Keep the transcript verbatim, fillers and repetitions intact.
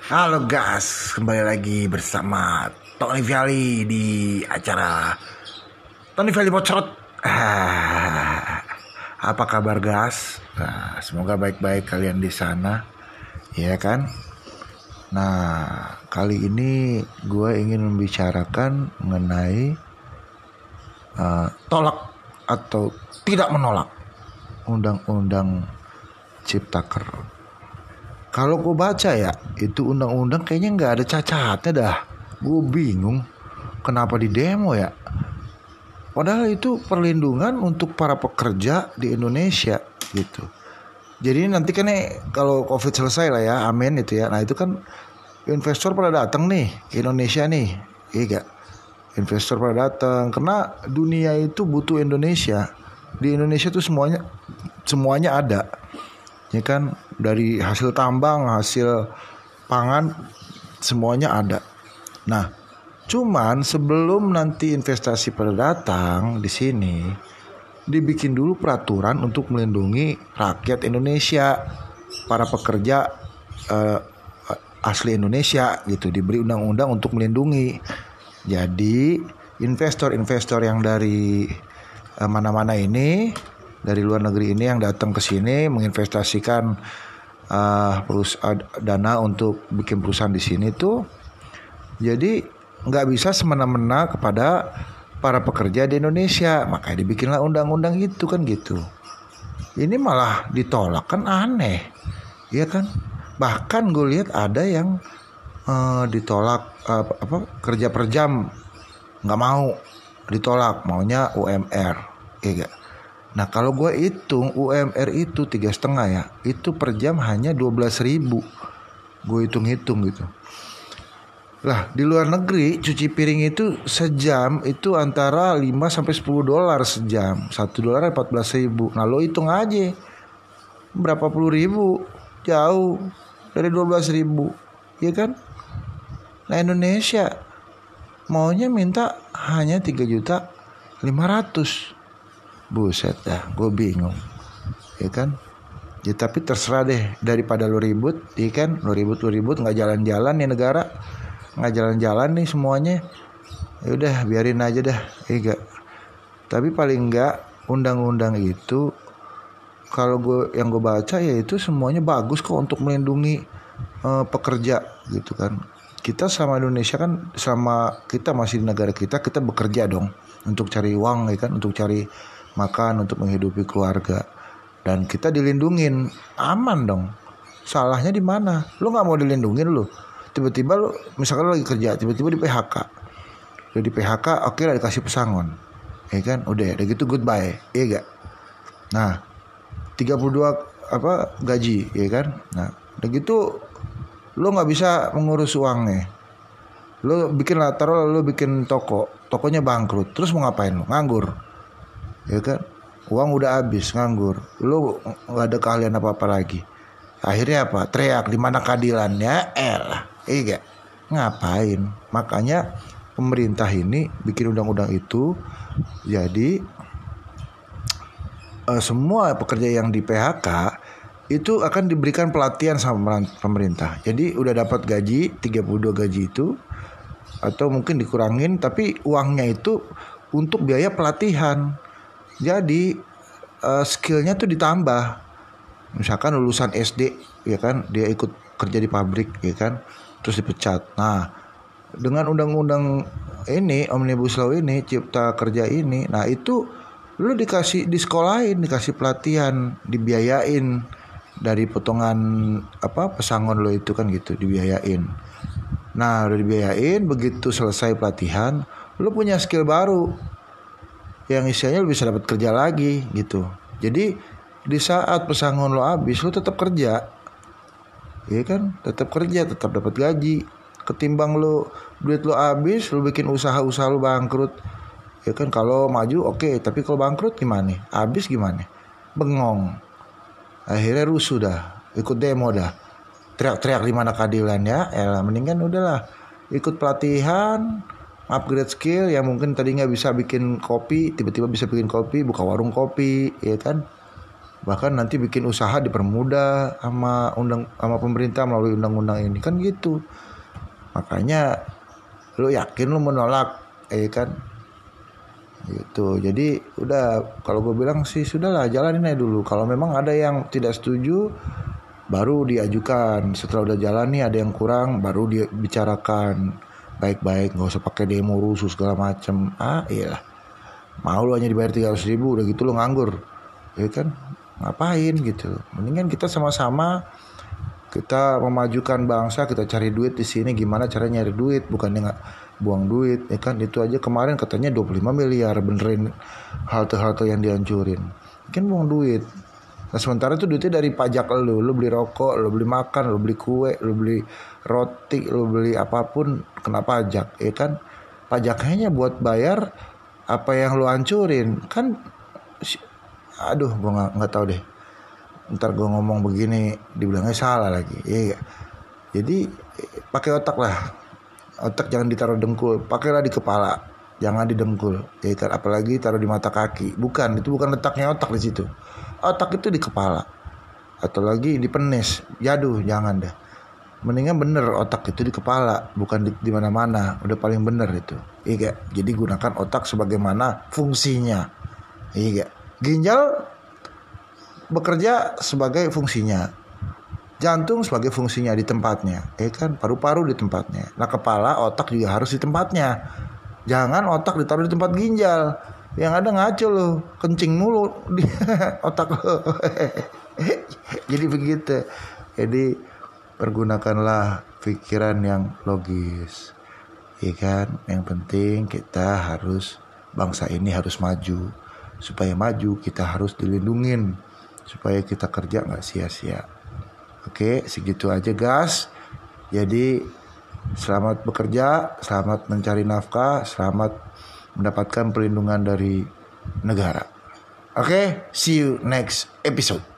Halo guys, kembali lagi bersama Tony Viali di acara Tony Viali Bocot. Ah, apa kabar guys? Nah, semoga baik-baik kalian di sana, ya kan? Nah, kali ini gue ingin membicarakan mengenai uh, tolak atau tidak menolak Undang-Undang Ciptaker. Kalau gue baca ya, itu undang-undang kayaknya nggak ada cacatnya dah. Gue bingung kenapa di demo ya. Padahal itu perlindungan untuk para pekerja di Indonesia gitu. Jadi nanti kan nih kalau COVID selesai lah ya, amin itu ya. Nah itu kan investor pada datang nih ke Indonesia nih, iya gak? Investor pada datang karena dunia itu butuh Indonesia. Di Indonesia tuh semuanya semuanya ada. Ya kan, dari hasil tambang, hasil pangan, semuanya ada. Nah, cuman sebelum nanti investasi pada datang di sini, dibikin dulu peraturan untuk melindungi rakyat Indonesia, para pekerja eh, asli Indonesia gitu, diberi undang-undang untuk melindungi. Jadi investor-investor yang dari eh, mana-mana ini, dari luar negeri ini yang datang ke sini menginvestasikan uh, perusahaan dana untuk bikin perusahaan di sini tuh, jadi nggak bisa semena-mena kepada para pekerja di Indonesia, makanya dibikinlah undang-undang itu kan gitu. Ini malah ditolak kan, aneh, ya kan? Bahkan gue lihat ada yang uh, ditolak uh, apa kerja per jam, nggak mau, ditolak, maunya U M R, ya gak? Nah kalau gue hitung U M R itu tiga setengah ya, itu per jam hanya dua belas ribu. Gue hitung-hitung gitu. Lah di luar negeri cuci piring itu sejam itu antara lima sampai sepuluh dolar sejam. Satu dolar empat belas ribu. Nah lo hitung aja berapa puluh ribu, jauh dari dua belas ribu, ya kan? Nah Indonesia maunya minta hanya tiga juta lima ratus. Buset dah, gue bingung, ya kan? Ya tapi terserah deh, daripada lo ribut, ya kan? Lo ribut, lo ribut, nggak jalan-jalan nih negara, nggak jalan-jalan nih semuanya. Ya udah, biarin aja dah, ya gak? Tapi paling nggak undang-undang itu, kalau gue yang gue baca ya itu semuanya bagus kok untuk melindungi uh, pekerja, gitu kan? Kita sama Indonesia kan, sama kita masih di negara kita, kita bekerja dong untuk cari uang, ya kan? Untuk cari makan, untuk menghidupi keluarga, dan kita dilindungin, aman dong. Salahnya di mana? Lu nggak mau dilindungin, lu tiba-tiba lu misalkan lu lagi kerja, tiba-tiba di P H K, lu di P H K, oke lah dikasih pesangon, ya kan? Udah, udah gitu goodbye, iya gak? Nah, tiga puluh dua apa gaji, ya kan? Nah, udah gitu lu nggak bisa mengurus uangnya. Lu bikin lah, taruh lu bikin toko, tokonya bangkrut, terus mau ngapain lu? Nganggur, ya kan? Uang udah habis, nganggur, lu nggak ada keahlian apa apa lagi. Akhirnya apa? Teriak, di mana keadilannya? Elah, iya gak? Ngapain? Makanya pemerintah ini bikin undang-undang itu, jadi uh, semua pekerja yang di P H K itu akan diberikan pelatihan sama pemerintah. Jadi udah dapat gaji tiga puluh dua gaji itu, atau mungkin dikurangin, tapi uangnya itu untuk biaya pelatihan. Jadi uh, skillnya tuh ditambah. Misalkan lulusan S D, ya kan, dia ikut kerja di pabrik, ya kan, terus dipecat. Nah, dengan undang-undang ini, Omnibus Law ini, Cipta Kerja ini, nah itu lu dikasih di sekolahin, dikasih pelatihan, dibiayain dari potongan apa pesangon lo itu kan gitu, dibiayain. Nah, udah dibiayain, begitu selesai pelatihan, lu punya skill baru yang istilahnya lu bisa dapat kerja lagi gitu. Jadi di saat pesangon lo habis, lo tetap kerja, ya kan? Tetap kerja, tetap dapat gaji. Ketimbang lo duit lo habis, lo bikin usaha-usaha lo bangkrut, ya kan? Kalau maju oke, okay, tapi kalau bangkrut gimana? Habis gimana? Bengong. Akhirnya rusuh dah, ikut demo dah, teriak-teriak di mana keadilannya. Ya, mendingan udahlah ikut pelatihan, upgrade skill, yang mungkin tadi nggak bisa bikin kopi, tiba-tiba bisa bikin kopi, buka warung kopi, ya kan? Bahkan nanti bikin usaha dipermudah sama undang sama pemerintah melalui undang-undang ini kan gitu. Makanya lu yakin lu menolak, eh kan? Gitu. Jadi udah, kalau gue bilang sih sudahlah, jalanin aja dulu. Kalau memang ada yang tidak setuju, baru diajukan. Setelah udah jalan nih ada yang kurang, baru dibicarakan baik-baik. Nggak usah pakai demo rusuh segala macem. Ah iyalah, mau lu hanya dibayar tiga ratus ribu, udah gitu lu nganggur, ya kan? Ngapain gitu? Mendingan kita sama-sama kita memajukan bangsa, kita cari duit di sini. Gimana caranya nyari duit, bukannya nggak buang duit, ya kan? Itu aja kemarin katanya dua puluh lima miliar benerin halte-halte yang dihancurin, mungkin buang duit. Nah sementara itu duitnya dari pajak lu, lu beli rokok, lu beli makan, lu beli kue, lu beli roti, lu beli apapun kena pajak, ya kan? Pajaknya buat bayar apa yang lu hancurin kan. Aduh, gue nggak nggak tahu deh. Ntar gue ngomong begini dibilangnya salah lagi. Iya. Jadi pakai otak lah. Otak jangan ditaruh dengkul, pakailah di kepala, jangan di dengkul. Ya kan, apalagi taruh di mata kaki. Bukan, itu bukan letaknya otak di situ. Otak itu di kepala. Atau lagi di penis. Yaduh, jangan dah. Mendingan bener otak itu di kepala, bukan di, di mana-mana. Udah paling bener itu. Iya. Jadi gunakan otak sebagaimana fungsinya. Iya. Ginjal bekerja sebagai fungsinya, jantung sebagai fungsinya di tempatnya, ya kan, paru-paru di tempatnya. Nah kepala, otak juga harus di tempatnya. Jangan otak ditaruh di tempat ginjal, yang ada ngaco lo, kencing mulu di otak lo. Jadi begitu. Jadi pergunakanlah pikiran yang logis, ya kan. Yang penting kita harus, bangsa ini harus maju. Supaya maju kita harus dilindungin, supaya kita kerja gak sia-sia. Oke, segitu aja guys. Jadi selamat bekerja, selamat mencari nafkah, selamat mendapatkan perlindungan dari negara. Oke, see you next episode.